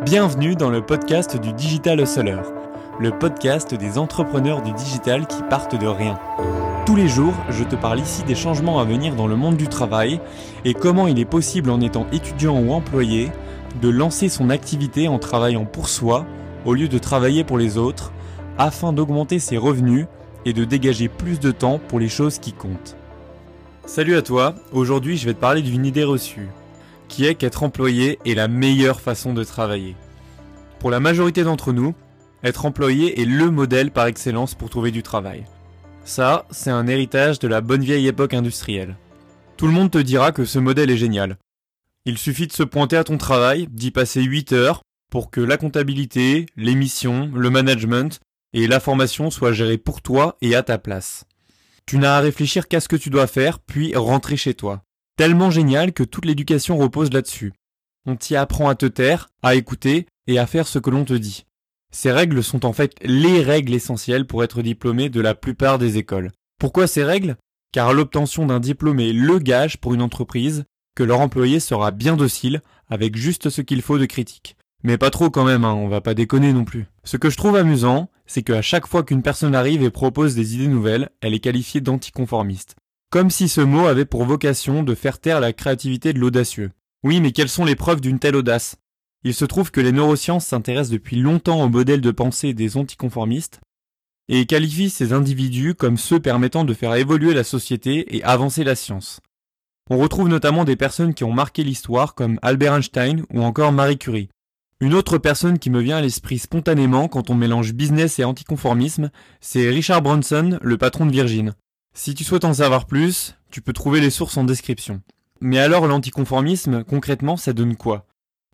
Bienvenue dans le podcast du Digital Hustler, le podcast des entrepreneurs du digital qui partent de rien. Tous les jours, je te parle ici des changements à venir dans le monde du travail et comment il est possible en étant étudiant ou employé de lancer son activité en travaillant pour soi au lieu de travailler pour les autres afin d'augmenter ses revenus et de dégager plus de temps pour les choses qui comptent. Salut à toi, aujourd'hui je vais te parler d'une idée reçue, qui est qu'être employé est la meilleure façon de travailler. Pour la majorité d'entre nous, être employé est le modèle par excellence pour trouver du travail. Ça, c'est un héritage de la bonne vieille époque industrielle. Tout le monde te dira que ce modèle est génial. Il suffit de se pointer à ton travail, d'y passer 8 heures, pour que la comptabilité, les missions, le management et la formation soient gérés pour toi et à ta place. Tu n'as à réfléchir qu'à ce que tu dois faire, puis rentrer chez toi. Tellement génial que toute l'éducation repose là-dessus. On t'y apprend à te taire, à écouter et à faire ce que l'on te dit. Ces règles sont en fait les règles essentielles pour être diplômé de la plupart des écoles. Pourquoi ces règles ? Car l'obtention d'un diplôme est le gage pour une entreprise que leur employé sera bien docile avec juste ce qu'il faut de critique. Mais pas trop quand même, on va pas déconner non plus. Ce que je trouve amusant, c'est qu'à chaque fois qu'une personne arrive et propose des idées nouvelles, elle est qualifiée d'anticonformiste. Comme si ce mot avait pour vocation de faire taire la créativité de l'audacieux. Oui, mais quelles sont les preuves d'une telle audace ? Il se trouve que les neurosciences s'intéressent depuis longtemps au modèle de pensée des anticonformistes et qualifient ces individus comme ceux permettant de faire évoluer la société et avancer la science. On retrouve notamment des personnes qui ont marqué l'histoire comme Albert Einstein ou encore Marie Curie. Une autre personne qui me vient à l'esprit spontanément quand on mélange business et anticonformisme, c'est Richard Branson, le patron de Virgin. Si tu souhaites en savoir plus, tu peux trouver les sources en description. Mais alors l'anticonformisme, concrètement, ça donne quoi ?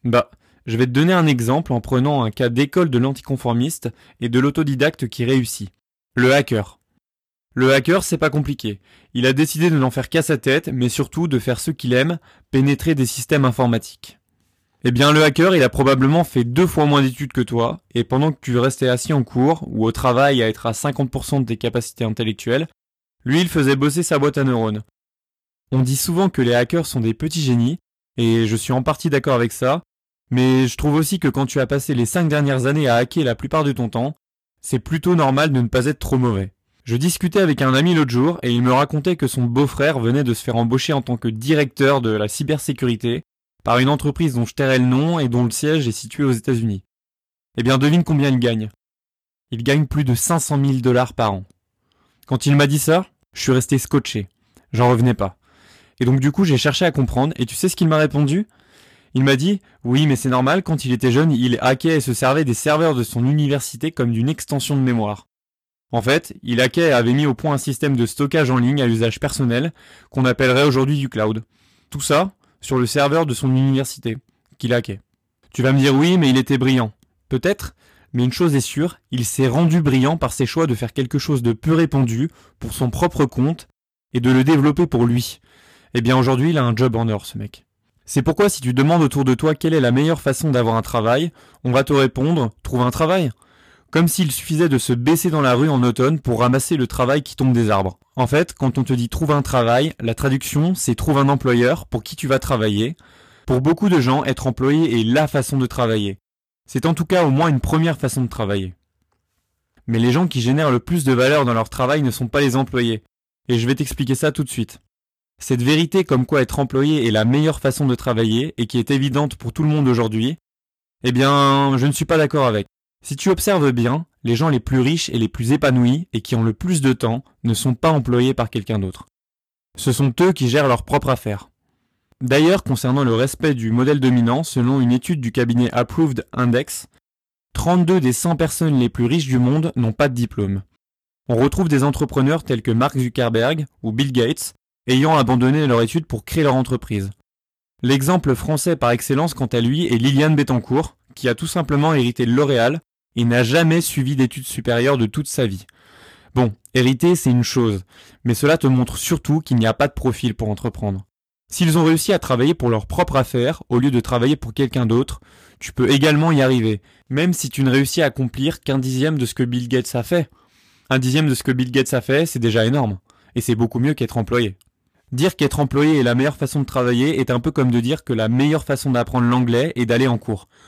Je vais te donner un exemple en prenant un cas d'école de l'anticonformiste et de l'autodidacte qui réussit. Le hacker. Le hacker, c'est pas compliqué. Il a décidé de n'en faire qu'à sa tête, mais surtout de faire ce qu'il aime, pénétrer des systèmes informatiques. Eh bien, le hacker, il a probablement fait 2 fois moins d'études que toi, et pendant que tu restais assis en cours, ou au travail à être à 50% de tes capacités intellectuelles, lui, il faisait bosser sa boîte à neurones. On dit souvent que les hackers sont des petits génies, et je suis en partie d'accord avec ça, mais je trouve aussi que quand tu as passé les 5 dernières années à hacker la plupart de ton temps, c'est plutôt normal de ne pas être trop mauvais. Je discutais avec un ami l'autre jour, et il me racontait que son beau-frère venait de se faire embaucher en tant que directeur de la cybersécurité, par une entreprise dont je tairai le nom et dont le siège est situé aux États-Unis. Eh bien, devine combien il gagne. Il gagne plus de 500 000 $ par an. Quand il m'a dit ça, je suis resté scotché. J'en revenais pas. Et donc du coup, j'ai cherché à comprendre, et tu sais ce qu'il m'a répondu ? Il m'a dit, oui, mais c'est normal, quand il était jeune, il hackait et se servait des serveurs de son université comme d'une extension de mémoire. En fait, il hackait et avait mis au point un système de stockage en ligne à usage personnel, qu'on appellerait aujourd'hui du cloud. Tout ça, sur le serveur de son université, qu'il hackait. Tu vas me dire oui, mais il était brillant. Peut-être, mais une chose est sûre, il s'est rendu brillant par ses choix de faire quelque chose de peu répandu, pour son propre compte, et de le développer pour lui. Eh bien aujourd'hui, il a un job en or, ce mec. C'est pourquoi si tu demandes autour de toi quelle est la meilleure façon d'avoir un travail, on va te répondre « trouve un travail ». Comme s'il suffisait de se baisser dans la rue en automne pour ramasser le travail qui tombe des arbres. En fait, quand on te dit « trouve un travail », la traduction c'est « trouve un employeur pour qui tu vas travailler ». Pour beaucoup de gens, être employé est la façon de travailler. C'est en tout cas au moins une première façon de travailler. Mais les gens qui génèrent le plus de valeur dans leur travail ne sont pas les employés. Et je vais t'expliquer ça tout de suite. Cette vérité comme quoi être employé est la meilleure façon de travailler et qui est évidente pour tout le monde aujourd'hui, eh bien, je ne suis pas d'accord avec. Si tu observes bien, les gens les plus riches et les plus épanouis et qui ont le plus de temps ne sont pas employés par quelqu'un d'autre. Ce sont eux qui gèrent leur propre affaire. D'ailleurs, concernant le respect du modèle dominant, selon une étude du cabinet Approved Index, 32 des 100 personnes les plus riches du monde n'ont pas de diplôme. On retrouve des entrepreneurs tels que Mark Zuckerberg ou Bill Gates ayant abandonné leur étude pour créer leur entreprise. L'exemple français par excellence quant à lui est Liliane Bettencourt, qui a tout simplement hérité de L'Oréal et n'a jamais suivi d'études supérieures de toute sa vie. Bon, hériter c'est une chose, mais cela te montre surtout qu'il n'y a pas de profil pour entreprendre. S'ils ont réussi à travailler pour leur propre affaire au lieu de travailler pour quelqu'un d'autre, tu peux également y arriver, même si tu ne réussis à accomplir qu'un dixième de ce que Bill Gates a fait. Un dixième de ce que Bill Gates a fait, c'est déjà énorme, et c'est beaucoup mieux qu'être employé. Dire qu'être employé est la meilleure façon de travailler est un peu comme de dire que la meilleure façon d'apprendre l'anglais est d'aller en cours.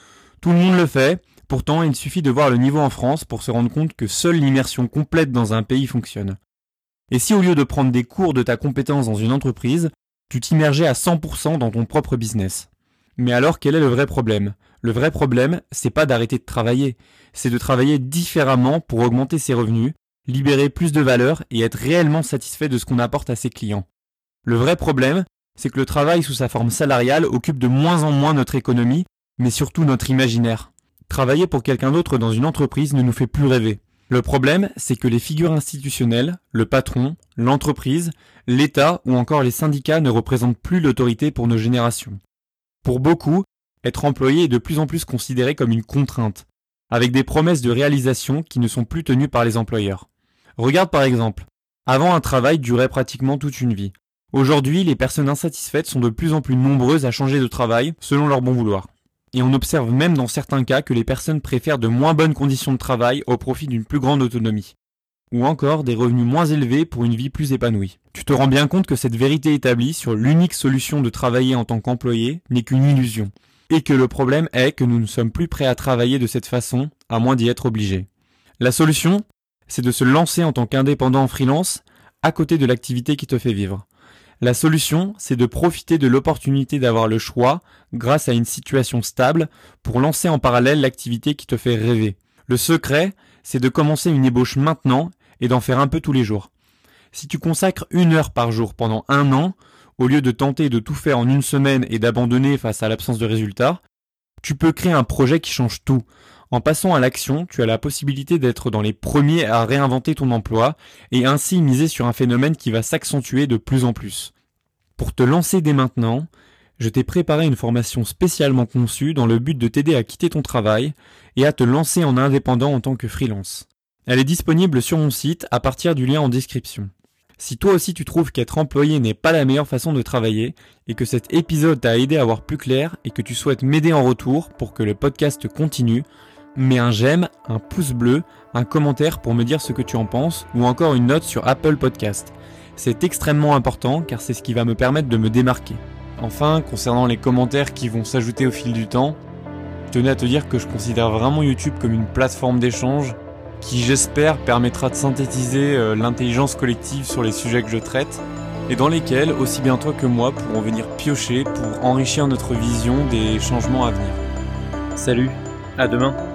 Tout le monde le fait, pourtant il suffit de voir le niveau en France pour se rendre compte que seule l'immersion complète dans un pays fonctionne. Et si au lieu de prendre des cours de ta compétence dans une entreprise, tu t'immergeais à 100% dans ton propre business? Mais alors quel est le vrai problème? Le vrai problème, c'est pas d'arrêter de travailler, c'est de travailler différemment pour augmenter ses revenus, libérer plus de valeur et être réellement satisfait de ce qu'on apporte à ses clients. Le vrai problème, c'est que le travail sous sa forme salariale occupe de moins en moins notre économie, mais surtout notre imaginaire. Travailler pour quelqu'un d'autre dans une entreprise ne nous fait plus rêver. Le problème, c'est que les figures institutionnelles, le patron, l'entreprise, l'État ou encore les syndicats ne représentent plus l'autorité pour nos générations. Pour beaucoup, être employé est de plus en plus considéré comme une contrainte, avec des promesses de réalisation qui ne sont plus tenues par les employeurs. Regarde par exemple, avant un travail durait pratiquement toute une vie. Aujourd'hui, les personnes insatisfaites sont de plus en plus nombreuses à changer de travail selon leur bon vouloir. Et on observe même dans certains cas que les personnes préfèrent de moins bonnes conditions de travail au profit d'une plus grande autonomie. Ou encore des revenus moins élevés pour une vie plus épanouie. Tu te rends bien compte que cette vérité établie sur l'unique solution de travailler en tant qu'employé n'est qu'une illusion. Et que le problème est que nous ne sommes plus prêts à travailler de cette façon, à moins d'y être obligés. La solution, c'est de se lancer en tant qu'indépendant en freelance, à côté de l'activité qui te fait vivre. La solution, c'est de profiter de l'opportunité d'avoir le choix, grâce à une situation stable, pour lancer en parallèle l'activité qui te fait rêver. Le secret, c'est de commencer une ébauche maintenant et d'en faire un peu tous les jours. Si tu consacres 1 heure par jour pendant 1 an, au lieu de tenter de tout faire en 1 semaine et d'abandonner face à l'absence de résultats, tu peux créer un projet qui change tout. En passant à l'action, tu as la possibilité d'être dans les premiers à réinventer ton emploi et ainsi miser sur un phénomène qui va s'accentuer de plus en plus. Pour te lancer dès maintenant, je t'ai préparé une formation spécialement conçue dans le but de t'aider à quitter ton travail et à te lancer en indépendant en tant que freelance. Elle est disponible sur mon site à partir du lien en description. Si toi aussi tu trouves qu'être employé n'est pas la meilleure façon de travailler et que cet épisode t'a aidé à voir plus clair et que tu souhaites m'aider en retour pour que le podcast continue, mets un j'aime, un pouce bleu, un commentaire pour me dire ce que tu en penses ou encore une note sur Apple Podcast. C'est extrêmement important car c'est ce qui va me permettre de me démarquer. Enfin, concernant les commentaires qui vont s'ajouter au fil du temps, je tenais à te dire que je considère vraiment YouTube comme une plateforme d'échange qui, j'espère, permettra de synthétiser l'intelligence collective sur les sujets que je traite et dans lesquels, aussi bien toi que moi, pourrons venir piocher pour enrichir notre vision des changements à venir. Salut, à demain.